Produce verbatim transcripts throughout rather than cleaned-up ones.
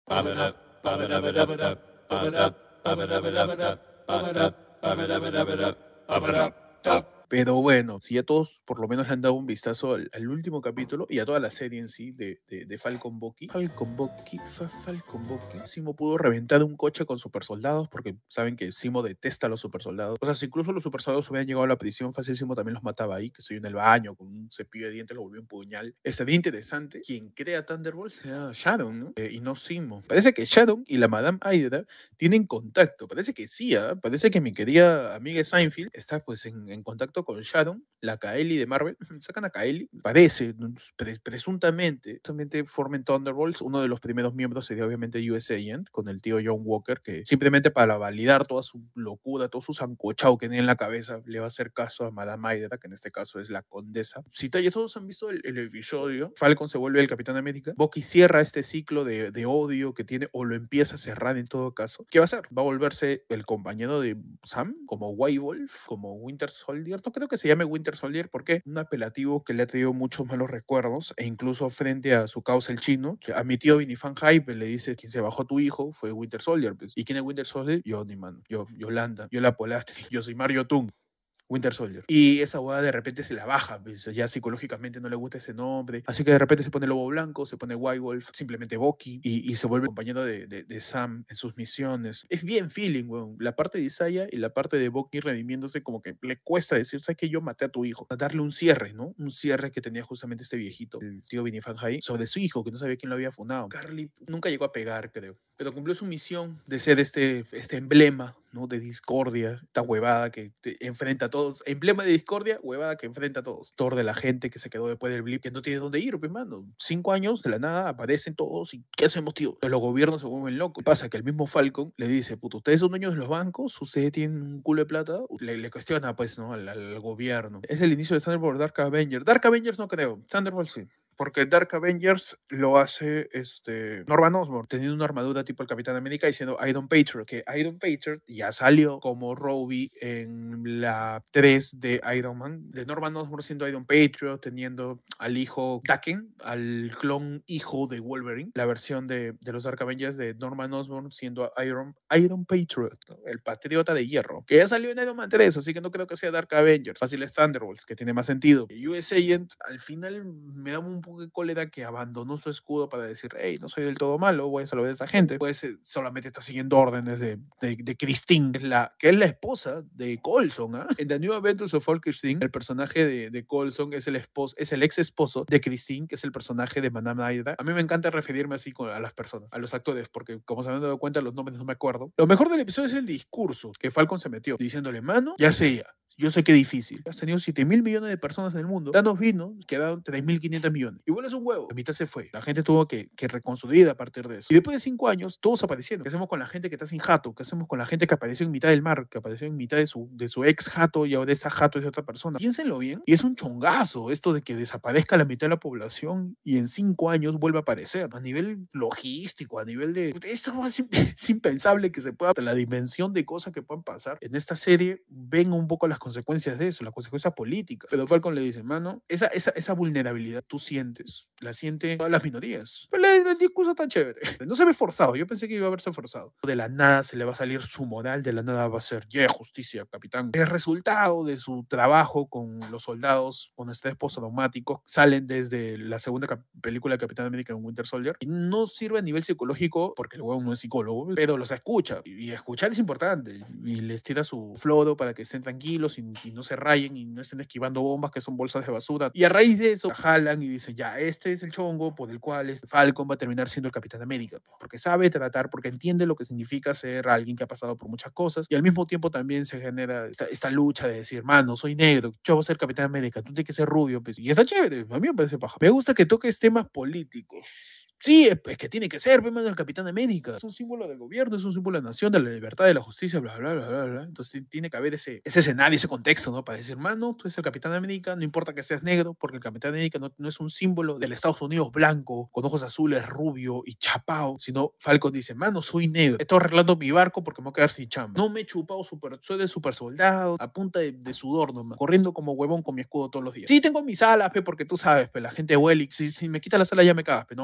Pero bueno, si ya todos por lo menos le han dado un vistazo al, al último capítulo y a toda la serie en sí de, de, de Falcon Bucky. Falcon Bucky, fa, Falcon Bucky. Simo pudo reventar un coche con super soldados porque saben que Simo detesta a los super soldados. O sea, si incluso los super soldados hubieran llegado a la prisión, fácil Simo también los mataba ahí, que soy en el baño con un cepillo de dientes, lo volvió un puñal. Estaría interesante quien crea Thunderbolt sea Sharon, ¿no? Eh, y no Simo. Parece que Sharon y la Madame Hydra tienen contacto. Parece que sí, ¿eh? Parece que mi querida amiga Seinfeld está pues en, en contacto con Sharon, la Kaeli de Marvel. Sacan a Kaeli, parece, pre presuntamente, presuntamente formen Thunderbolts. Uno de los primeros miembros sería obviamente U S Agent, con el tío John Walker, que simplemente para validar toda su locura, todo su sancochado que tiene en la cabeza, le va a hacer caso a Madame Hydra, que en este caso es la condesa. Si ya todos han visto el, el episodio, Falcon se vuelve el Capitán América, Bucky cierra este ciclo de, de odio que tiene, o lo empieza a cerrar en todo caso. ¿Qué va a hacer? Va a volverse el compañero de Sam, como White Wolf, como Winter Soldier. No creo que se llame Winter Soldier porque un apelativo que le ha traído muchos malos recuerdos, e incluso frente a su causa el chino, a mi tío Vinifan Hype le dice: quien se bajó tu hijo fue Winter Soldier, pues. ¿Y quién es Winter Soldier? Yo, ni mano, yo, Yolanda, yo la polaste, yo soy Mario Tung. Winter Soldier. Y esa hueá de repente se la baja, pues ya psicológicamente no le gusta ese nombre. Así que de repente se pone Lobo Blanco, se pone White Wolf, simplemente Bucky, y, y se vuelve compañero de, de, de Sam en sus misiones. Es bien feeling, weón. La parte de Isaiah y la parte de Bucky redimiéndose, como que le cuesta decir: ¿sabes qué? Yo maté a tu hijo. A darle un cierre, ¿no? Un cierre que tenía justamente este viejito, el tío Vinny Fanjai, sobre su hijo, que no sabía quién lo había fundado. Carly nunca llegó a pegar, creo, pero cumplió su misión de ser este, este emblema, ¿no? De discordia, esta huevada que te enfrenta a todos. Emblema de discordia, huevada que enfrenta a todos. Thor de la gente que se quedó después del blip, que no tiene dónde ir, pues, mano. Cinco años de la nada aparecen todos y ¿qué hacemos, tío? Pero los gobiernos se vuelven locos. ¿Qué pasa? Que el mismo Falcon le dice: puto, ustedes son dueños de los bancos, ustedes tienen un culo de plata. Le, le cuestiona, pues, ¿no? Al, al gobierno. Es el inicio de Thunderbolt Dark Avengers. Dark Avengers no creo. Thunderbolt sí. Porque Dark Avengers lo hace este, Norman Osborn, teniendo una armadura tipo el Capitán América y siendo Iron Patriot, que Iron Patriot ya salió como Robbie en la tres de Iron Man, de Norman Osborn siendo Iron Patriot, teniendo al hijo Daken, al clon hijo de Wolverine, la versión de, de los Dark Avengers de Norman Osborn siendo Iron, Iron Patriot, ¿no? El patriota de hierro, que ya salió en Iron Man tres, así que no creo que sea Dark Avengers. Fácil es Thunderbolts, que tiene más sentido. U S Agent, al final me da un poco de cólera que abandonó su escudo para decir: hey, no soy del todo malo, voy a salvar a esta gente. Pues eh, solamente está siguiendo órdenes de, de, de Christine, que es, la, que es la esposa de Coulson, ¿ah? ¿eh? En The New Adventures of All Christine, el personaje de, de Coulson es el, esposo, es el ex esposo de Christine, que es el personaje de Madame Hydra. A mí me encanta referirme así con, a las personas, a los actores, porque como se han dado cuenta, los nombres no me acuerdo. Lo mejor del episodio es el discurso que Falcon se metió, diciéndole: mano, ya sé ya. Yo sé que difícil. Has tenido siete mil millones de personas en el mundo. Thanos vino, quedaron tres mil quinientos millones. Igual es un huevo. La mitad se fue. La gente tuvo que, que reconstruir a partir de eso. Y después de cinco años, todos aparecieron. ¿Qué hacemos con la gente que está sin jato? ¿Qué hacemos con la gente que apareció en mitad del mar? Que apareció en mitad de su, de su ex jato y ahora esa jato es de otra persona. Piénsenlo bien. Y es un chongazo esto de que desaparezca la mitad de la población y en cinco años vuelva a aparecer. A nivel logístico, a nivel de... Esto es, es impensable que se pueda... La dimensión de cosas que puedan pasar en esta serie, ven un poco las consecuencias de eso, las consecuencias políticas. Pero Falcon le dice: mano, esa, esa, esa vulnerabilidad tú sientes, la sienten todas las minorías. Pero el, el discurso está chévere. No se ve forzado, yo pensé que iba a verse forzado. De la nada se le va a salir su moral, de la nada va a ser: yeah, justicia, capitán. El resultado de su trabajo con los soldados, con estrés postraumático, salen desde la segunda película de Capitán América en Winter Soldier, y no sirve a nivel psicológico, porque el huevón no es psicólogo, pero los escucha, y, y escuchar es importante, y les tira su flodo para que estén tranquilos y, y no se rayen y no estén esquivando bombas que son bolsas de basura. Y a raíz de eso, jalan y dicen: ya, este es el chongo por el cual este Falcon va a terminar siendo el Capitán América, porque sabe tratar, porque entiende lo que significa ser alguien que ha pasado por muchas cosas, y al mismo tiempo también se genera esta, esta lucha de decir: mano, soy negro, yo voy a ser Capitán América, tú tienes que ser rubio, pues. Y está chévere, a mí me parece paja. Me gusta que toques temas políticos. Sí, es, es que tiene que ser, el Capitán América. Es un símbolo del gobierno, es un símbolo de la nación, de la libertad, de la justicia, bla, bla, bla, bla, bla. Entonces tiene que haber ese, ese escenario, ese contexto, ¿no? Para decir: mano, tú eres el Capitán América, no importa que seas negro, porque el Capitán América no, no es un símbolo del Estados Unidos blanco, con ojos azules, rubio y chapao, sino Falcon dice: mano, soy negro, estoy arreglando mi barco porque me voy a quedar sin chamba. No me he chupado, super, soy de super soldado, a punta de, de sudor nomás, corriendo como huevón con mi escudo todos los días. Sí, tengo mis alas, pe, porque tú sabes, pe, la gente huele, si, si me quita las alas ya me cagas, pe, no, nada. Y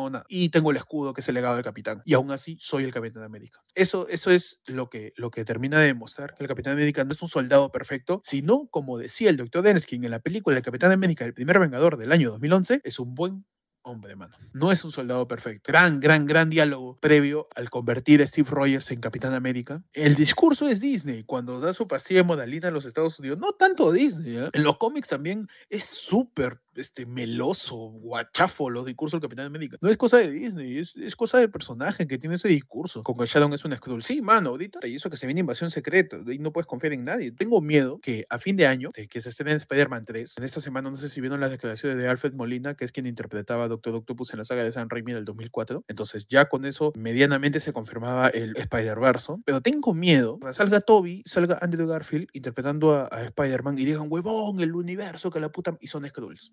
y tengo el escudo que es el legado del capitán. Y aún así soy el Capitán América. Eso, eso es lo que, lo que termina de demostrar que el Capitán América no es un soldado perfecto, sino, como decía el doctor Erskine en la película El Capitán América, el primer Vengador del año dos mil once, es un buen hombre, mano. No es un soldado perfecto. Gran, gran, gran diálogo previo al convertir a Steve Rogers en Capitán América. El discurso es Disney. Cuando da su pastilla de modalina en los Estados Unidos, no tanto Disney, ¿eh? En los cómics también es súper este, meloso, guachafo los discursos del Capitán América. No es cosa de Disney, es, es cosa del personaje que tiene ese discurso. Con que Shadow es un Skrull. Sí, mano, ahorita y eso que se viene Invasión Secreta, de ahí no puedes confiar en nadie. Tengo miedo que a fin de año, de que se estrene en Spider-Man tres, en esta semana no sé si vieron las declaraciones de Alfred Molina, que es quien interpretaba a Doctor Octopus en la saga de Sam Raimi del dos mil cuatro. Entonces ya con eso medianamente se confirmaba el Spider-Verse. Pero tengo miedo que salga Toby, salga Andrew Garfield interpretando a, a Spider-Man y digan, huevón, el universo que la puta... Y son Skrulls.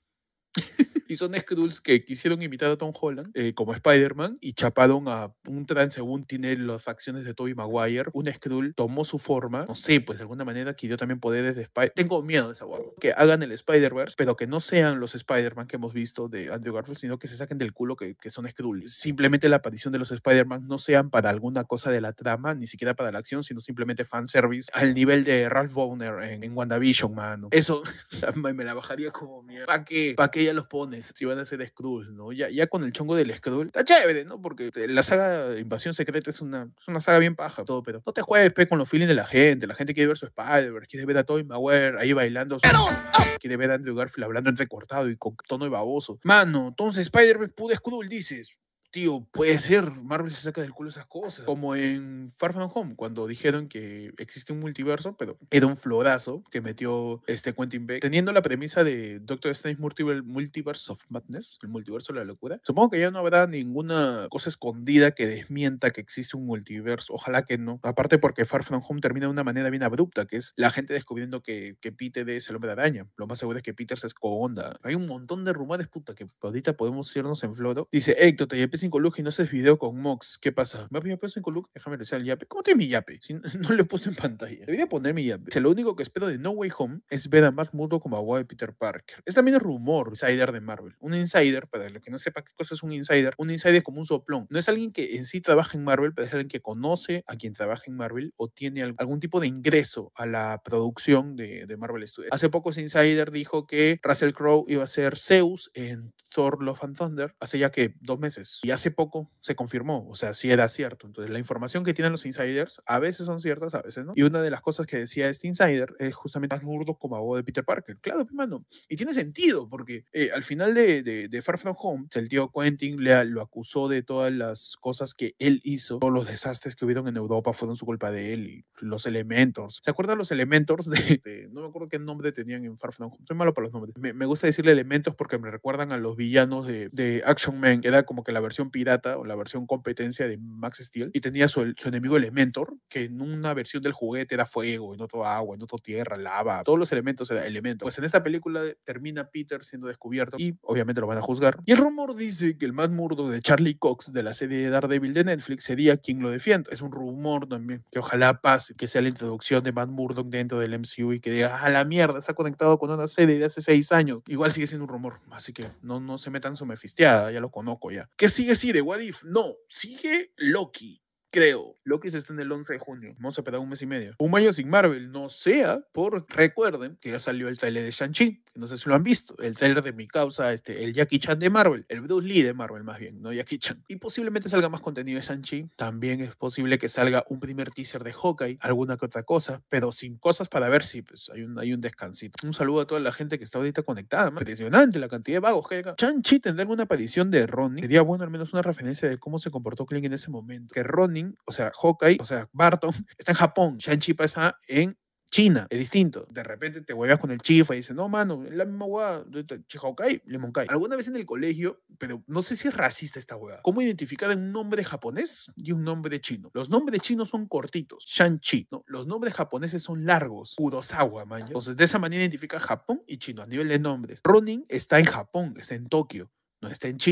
Y son Skrulls que quisieron imitar a Tom Holland eh, como Spider-Man y chaparon a un trans según tiene las facciones de Tobey Maguire. Un Skrull tomó su forma, no sé, pues de alguna manera adquirió también poderes de Spider. Tengo miedo de esa huevo. Que hagan el Spider-Verse, pero que no sean los Spider-Man que hemos visto de Andrew Garfield, sino que se saquen del culo que, que son Skrulls. Simplemente la aparición de los Spider-Man no sean para alguna cosa de la trama, ni siquiera para la acción, sino simplemente fanservice al nivel de Ralph Bohner en, en WandaVision, mano. Eso me la bajaría como mierda. ¿Para qué? ¿Para qué ya los pones? Si van a ser Skrulls, ¿no? Ya, ya con el chongo del Skrull, está chévere, ¿no? Porque la saga Invasión Secreta es una, es una saga bien paja, todo, pero no te juegues pe, con los feelings de la gente. La gente quiere ver su Spider-Verse, quiere ver a Tobey Maguire ahí bailando, quiere ver a Andrew Garfield hablando entrecortado y con tono de baboso. Mano, entonces Spider-Verse pudo Skrull, dices. Tío, puede ser, Marvel se saca del culo esas cosas. Como en Far From Home, cuando dijeron que existe un multiverso, pero era un florazo que metió este Quentin Beck, teniendo la premisa de Doctor Strange Multiverse of Madness, el multiverso de la locura. Supongo que ya no habrá ninguna cosa escondida que desmienta que existe un multiverso. Ojalá que no. Aparte porque Far From Home termina de una manera bien abrupta, que es la gente descubriendo que, que Peter es el hombre de araña. Lo más seguro es que Peter se esconda. Hay un montón de rumores, puta, que ahorita podemos irnos en floro. Dice, Héctor, te yapé cinco Luke y no haces video con Mox. ¿Qué pasa? ¿Me había puesto cinco Luke? Déjame revisar el yape. ¿Cómo tiene mi yape? Si no, no le he puesto en pantalla. Debería poner mi yape. O sea, lo único que espero de No Way Home es ver a Matt Murdock como abogado de Peter Parker. Es también un rumor, insider de Marvel. Un insider, para los que no sepa qué cosa es un insider, un insider es como un soplón. No es alguien que en sí trabaja en Marvel, pero es alguien que conoce a quien trabaja en Marvel o tiene algún tipo de ingreso a la producción de, de Marvel Studios. Hace poco ese insider dijo que Russell Crowe iba a ser Zeus en Thor Love and Thunder hace ya que dos meses. Y hace poco se confirmó, o sea, sí era cierto. Entonces, la información que tienen los insiders a veces son ciertas, a veces no. Y una de las cosas que decía este insider es justamente Matt Murdock como abogado de Peter Parker. Claro, hermano. Y tiene sentido, porque eh, al final de, de, de Far From Home, el tío Quentin le, lo acusó de todas las cosas que él hizo. Todos los desastres que hubieron en Europa fueron su culpa de él. Y los Elementors. ¿Se acuerdan los Elementors? De, de, no me acuerdo qué nombre tenían en Far From Home. Soy malo para los nombres. Me, me gusta decirle Elementos porque me recuerdan a los villanos de, de Action Man, que era como que la versión pirata o la versión competencia de Max Steel, y tenía su, su enemigo Elementor, que en una versión del juguete era fuego, en otro agua, en otro tierra, lava, todos los elementos eran elementos. Pues en esta película termina Peter siendo descubierto y obviamente lo van a juzgar. Y el rumor dice que el Matt Murdock de Charlie Cox de la serie de Daredevil de Netflix sería quien lo defienda. Es un rumor también, que ojalá pase, que sea la introducción de Matt Murdock dentro del M C U y que diga, a la mierda, está conectado con una serie de hace seis años. Igual sigue siendo un rumor, así que no, no se metan su mefisteada, ya lo conozco ya. ¿Qué sigue así de What If? No, sigue Loki. Creo. Loki se está en el once de junio. Vamos a esperar un mes y medio. Un año sin Marvel. No sea por... Recuerden que ya salió el trailer de Shang-Chi. No sé si lo han visto. El trailer de mi causa, este, el Jackie Chan de Marvel. El Bruce Lee de Marvel, más bien, no Jackie Chan. Y posiblemente salga más contenido de Shang-Chi. También es posible que salga un primer teaser de Hawkeye. Alguna que otra cosa. Pero sin cosas para ver si pues, hay, un, hay un descansito. Un saludo a toda la gente que está ahorita conectada. Man. Impresionante la cantidad de vagos que hay acá. Shang-Chi tendrá alguna aparición de Ronin. Sería bueno al menos una referencia de cómo se comportó Kling en ese momento. Que Ronin, o sea, Hawkeye, o sea, Barton, está en Japón. Shang-Chi pasa en China, es distinto. De repente te huevas con el chifa y dices, no, mano, es la misma hueá. Hawkeye, Lemon Kai. Alguna vez en el colegio, pero no sé si es racista esta hueá. ¿Cómo identificar un nombre japonés y un nombre chino? Los nombres chinos son cortitos. Shang-Chi, ¿no? Los nombres japoneses son largos. Kurosawa, man. Entonces, de esa manera identifica Japón y chino a nivel de nombres. Ronin está en Japón, está en Tokio, no está en China.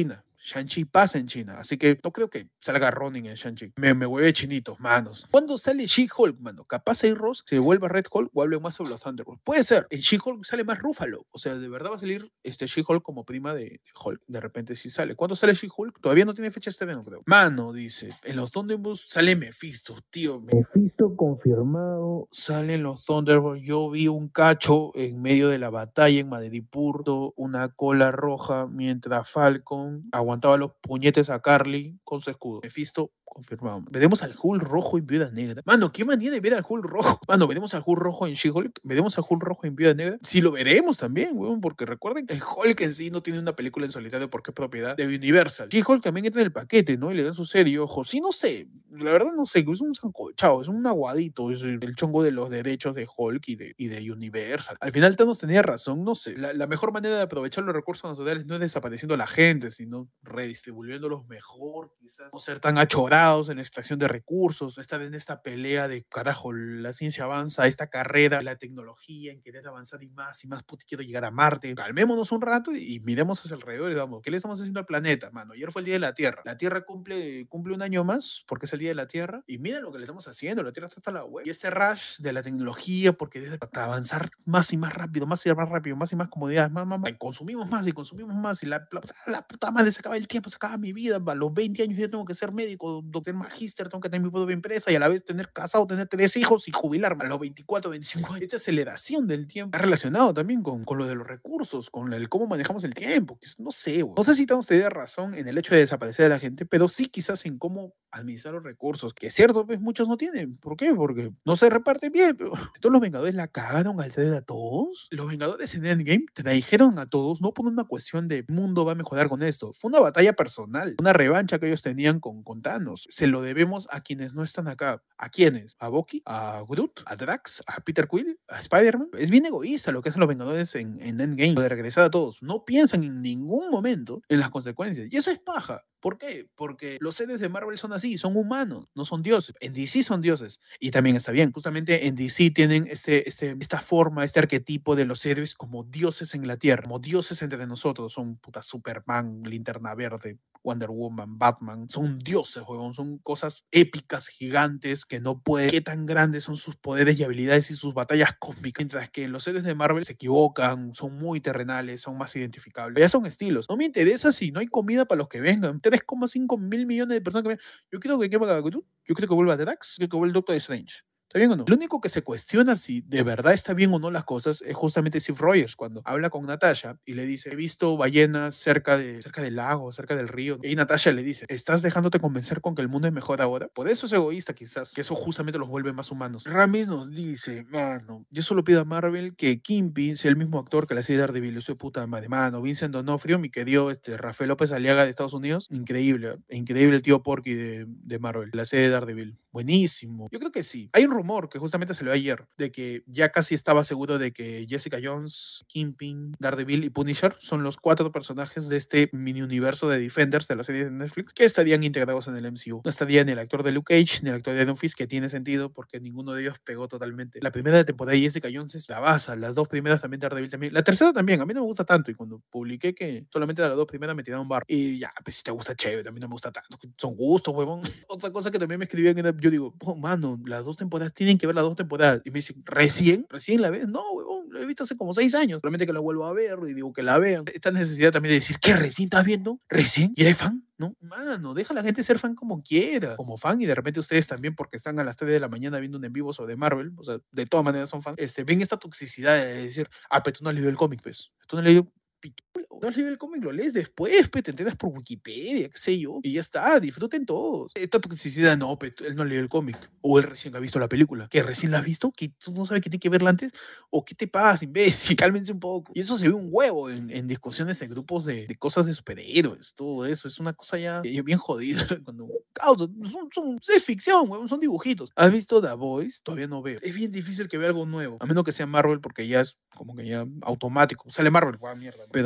Shang-Chi pasa en China, así que no creo que salga Ronin en Shang-Chi. Me, me hueve chinitos, manos. ¿Cuándo sale She-Hulk, mano? Capaz ahí Ross se vuelva Red Hulk o hable más sobre los Thunderbolts. Puede ser. En She-Hulk sale más Rúfalo. O sea, de verdad va a salir este She-Hulk como prima de Hulk. De repente sí sale. ¿Cuándo sale She-Hulk? Todavía no tiene fecha de estreno, creo. Mano, dice. En los Thunderbolts sale Mephisto, tío. Mephisto confirmado. Salen los Thunderbolts. Yo vi un cacho en medio de la batalla en Madripoor, una cola roja, mientras Falcon aguantaba los puñetes a Carly con su escudo. Mephisto confirmado. Veremos al Hulk rojo en Viuda Negra. Mano, qué manía de ver al Hulk rojo. Mano, veremos al Hulk rojo en She-Hulk. Veremos al Hulk rojo en Viuda Negra. Sí, lo veremos también, weón, porque recuerden que el Hulk en sí no tiene una película en solitario porque es propiedad de Universal. She-Hulk también entra en el paquete, ¿no? Y le dan su serie, ojo. Sí, no sé. La verdad no sé. Es un sancochado, es un aguadito. Es el chongo de los derechos de Hulk y de, y de Universal. Al final Thanos tenía razón, no sé. La, la mejor manera de aprovechar los recursos naturales no es desapareciendo a la gente, sino redistribuyéndolos mejor, quizás. No ser tan achorados en la extracción de recursos, estar en esta pelea de carajo, la ciencia avanza, esta carrera de la tecnología en querer avanzar y más y más, puta, quiero llegar a Marte. Calmémonos un rato y, y miremos hacia alrededor y digamos, ¿qué le estamos haciendo al planeta, mano? Ayer fue el Día de la Tierra. La Tierra cumple, cumple un año más porque es el Día de la Tierra y miren lo que le estamos haciendo, la Tierra está hasta la web. Y este rush de la tecnología, porque desde para avanzar más y más rápido, más y más rápido, más y más comodidades, más, más, más, y consumimos más y consumimos más y la, la, la puta madre se acaba el tiempo, se acaba mi vida, a los veinte años ya tengo que ser médico, doctor magíster, tengo que tener mi propia empresa y a la vez tener casado, tener tres hijos y jubilarme a los veinticuatro, veinticinco años. Esta aceleración del tiempo está relacionado también con, con lo de los recursos, con el cómo manejamos el tiempo. No sé, no sé si tengo ustedes razón en el hecho de desaparecer a la gente, pero sí quizás en cómo administrar los recursos, que es cierto, pues muchos no tienen. ¿Por qué? Porque no se reparten bien. Pero todos los Vengadores la cagaron al traer a todos. Los Vengadores en Endgame trajeron a todos, no por una cuestión de mundo va a mejorar con esto. Fue una batalla personal, una revancha que ellos tenían con, con Thanos. Se lo debemos a quienes no están acá. ¿A quiénes? ¿A Bucky? ¿A Groot? ¿A Drax? ¿A Peter Quill? ¿A Spider-Man? Es bien egoísta lo que hacen los Vengadores en, en Endgame, de regresar a todos. No piensan en ningún momento en las consecuencias. Y eso es paja. ¿Por qué? Porque los héroes de Marvel son así, son humanos, no son dioses. En D C son dioses. Y también está bien. Justamente en D C tienen este, este, esta forma, este arquetipo de los héroes como dioses en la Tierra, como dioses entre nosotros. Son puta Superman, Linterna Verde, Wonder Woman, Batman. Son dioses, huevón. Son cosas épicas, gigantes, que no pueden... ¿Qué tan grandes son sus poderes y habilidades y sus batallas cósmicas? Mientras que los héroes de Marvel se equivocan, son muy terrenales, son más identificables. Ya son estilos. No me interesa si no hay comida para los que vengan. tres coma cinco mil millones de personas que vengan. Yo quiero que quede Groot, yo creo que vuelva Drax, yo creo que vuelva el Doctor Strange. ¿Está bien o no? Lo único que se cuestiona si de verdad está bien o no las cosas es justamente Steve Rogers cuando habla con Natasha y le dice, he visto ballenas cerca, de, cerca del lago, cerca del río. Y Natasha le dice, ¿estás dejándote convencer con que el mundo es mejor ahora? Por eso es egoísta quizás, que eso justamente los vuelve más humanos. Ramis nos dice, mano, yo solo pido a Marvel que Kingpin sea el mismo actor que la serie de Daredevil. Yo soy puta madre, mano. Vincent D'Onofrio, mi querido este, Rafael López Aliaga de Estados Unidos, increíble, increíble el tío Porky de, de Marvel, la serie de Daredevil. Buenísimo. Yo creo que sí. Hay un rumor que justamente se lo ayer, de que ya casi estaba seguro de que Jessica Jones, Kingpin, Daredevil y Punisher son los cuatro personajes de este mini universo de Defenders de la serie de Netflix que estarían integrados en el M C U. No estaría ni el actor de Luke Cage ni el actor de Iron Fist, que tiene sentido porque ninguno de ellos pegó totalmente. La primera temporada de Jessica Jones es la base, las dos primeras también Daredevil también. La tercera también, a mí no me gusta tanto y cuando publiqué que solamente de las dos primeras me tiraron bar. Y ya, pues si te gusta chévere, a mí no me gusta tanto. Son gustos, huevón. Otra cosa que también me escribían, era, yo digo, oh, mano, las dos temporadas tienen que ver las dos temporadas. Y me dicen, ¿recién? ¿Recién la ves? No, huevón, lo he visto hace como seis años. Solamente que la vuelvo a ver y digo que la vean. Esta necesidad también de decir, ¿qué recién estás viendo? ¿Recién? ¿Y eres fan? No, mano, deja a la gente ser fan como quiera, como fan, y de repente ustedes también, porque están a las tres de la mañana viendo un en vivo sobre Marvel, o sea, de todas maneras son fans, este, ven esta toxicidad de decir, ah, pero tú no has leído el cómic, pues, tú no has leído pichula, no has leído el cómic, lo lees después, pe, te enteras por Wikipedia, qué sé yo, y ya está, disfruten todos. Esta toxicidad, no, pe, él no leyó el cómic, o él recién ha visto la película, ¿que recién la has visto? ¿Que tú no sabes que tiene que verla antes? ¿O qué te pasa, imbécil? Cálmense un poco. Y eso se ve un huevo en, en discusiones en grupos de, de cosas de superhéroes, todo eso, es una cosa ya eh, bien jodida, cuando, causa, son, son, es ficción, huevón, son dibujitos. ¿Has visto The Voice? Todavía no veo. Es bien difícil que vea algo nuevo, a menos que sea Marvel, porque ya es como que ya automático, sale Marvel, guau, mierda, ¿no? Pero sí sé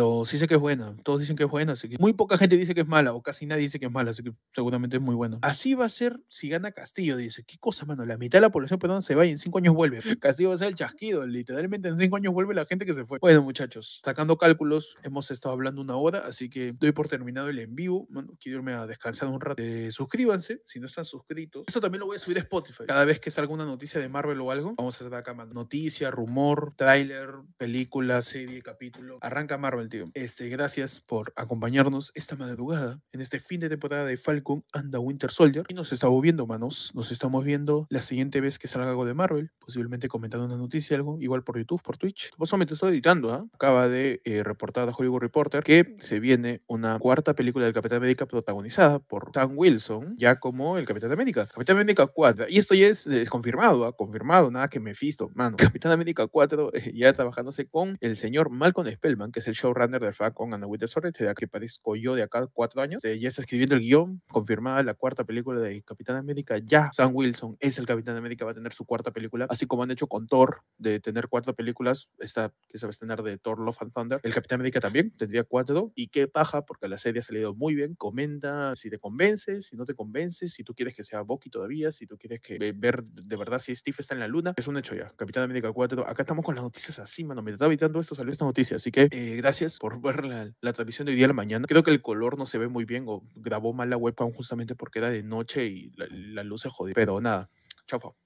dice que es buena, todos dicen que es buena, así que muy poca gente dice que es mala, o casi nadie dice que es mala, así que seguramente es muy buena. Así va a ser si gana Castillo, dice. ¿Qué cosa, mano? La mitad de la población peruana se va y en cinco años vuelve. Castillo va a ser el chasquido, literalmente en cinco años vuelve la gente que se fue. Bueno, muchachos, sacando cálculos, hemos estado hablando una hora, así que doy por terminado el en vivo. Bueno, quiero irme a descansar un rato. Eh, suscríbanse si no están suscritos. Esto también lo voy a subir a Spotify. Cada vez que salga una noticia de Marvel o algo, vamos a hacer acá, mano. Noticia, rumor, tráiler, película, serie, capítulo. Arranca Marvel, tío. Este, gracias por acompañarnos esta madrugada en este fin de temporada de Falcon and the Winter Soldier. Y nos estamos viendo, manos. Nos estamos viendo la siguiente vez que salga algo de Marvel, posiblemente comentando una noticia, algo, igual por YouTube, por Twitch. Vos solamente estoy editando, ¿ah? Acaba de eh, reportar a Hollywood Reporter que se viene una cuarta película del Capitán América protagonizada por Sam Wilson, ya como el Capitán América. Capitán América cuatro. Y esto ya es, es confirmado, ¿ah? Confirmado, nada que Mephisto, mano. Capitán América cuatro eh, ya trabajándose con el señor Malcolm Spellman, que es el showrunner de Falcon and the Winter Soldier, que parezco yo de acá cuatro años. Eh, ya está escribiendo el guión, confirmada la cuarta película de Capitán América. Ya Sam Wilson es el Capitán América, va a tener su cuarta película, así como han hecho con Thor, de tener cuatro películas, esta que se va a estrenar de Thor Love and Thunder. El Capitán América también tendría cuatro, y qué paja, porque la serie ha salido muy bien. Comenta si te convence, si no te convence, si tú quieres que sea Bucky todavía, si tú quieres que ver de verdad si Steve está en la luna. Es un hecho ya, Capitán América cuatro. Acá estamos con las noticias así, mano, me estaba evitando esto, salió esta noticia, así que eh, gracias por ver la, la transmisión de hoy día a la mañana. Creo que el color no se ve muy bien, o grabó mal la webcam justamente porque era de noche y la, la luz se jodió, pero nada, chao.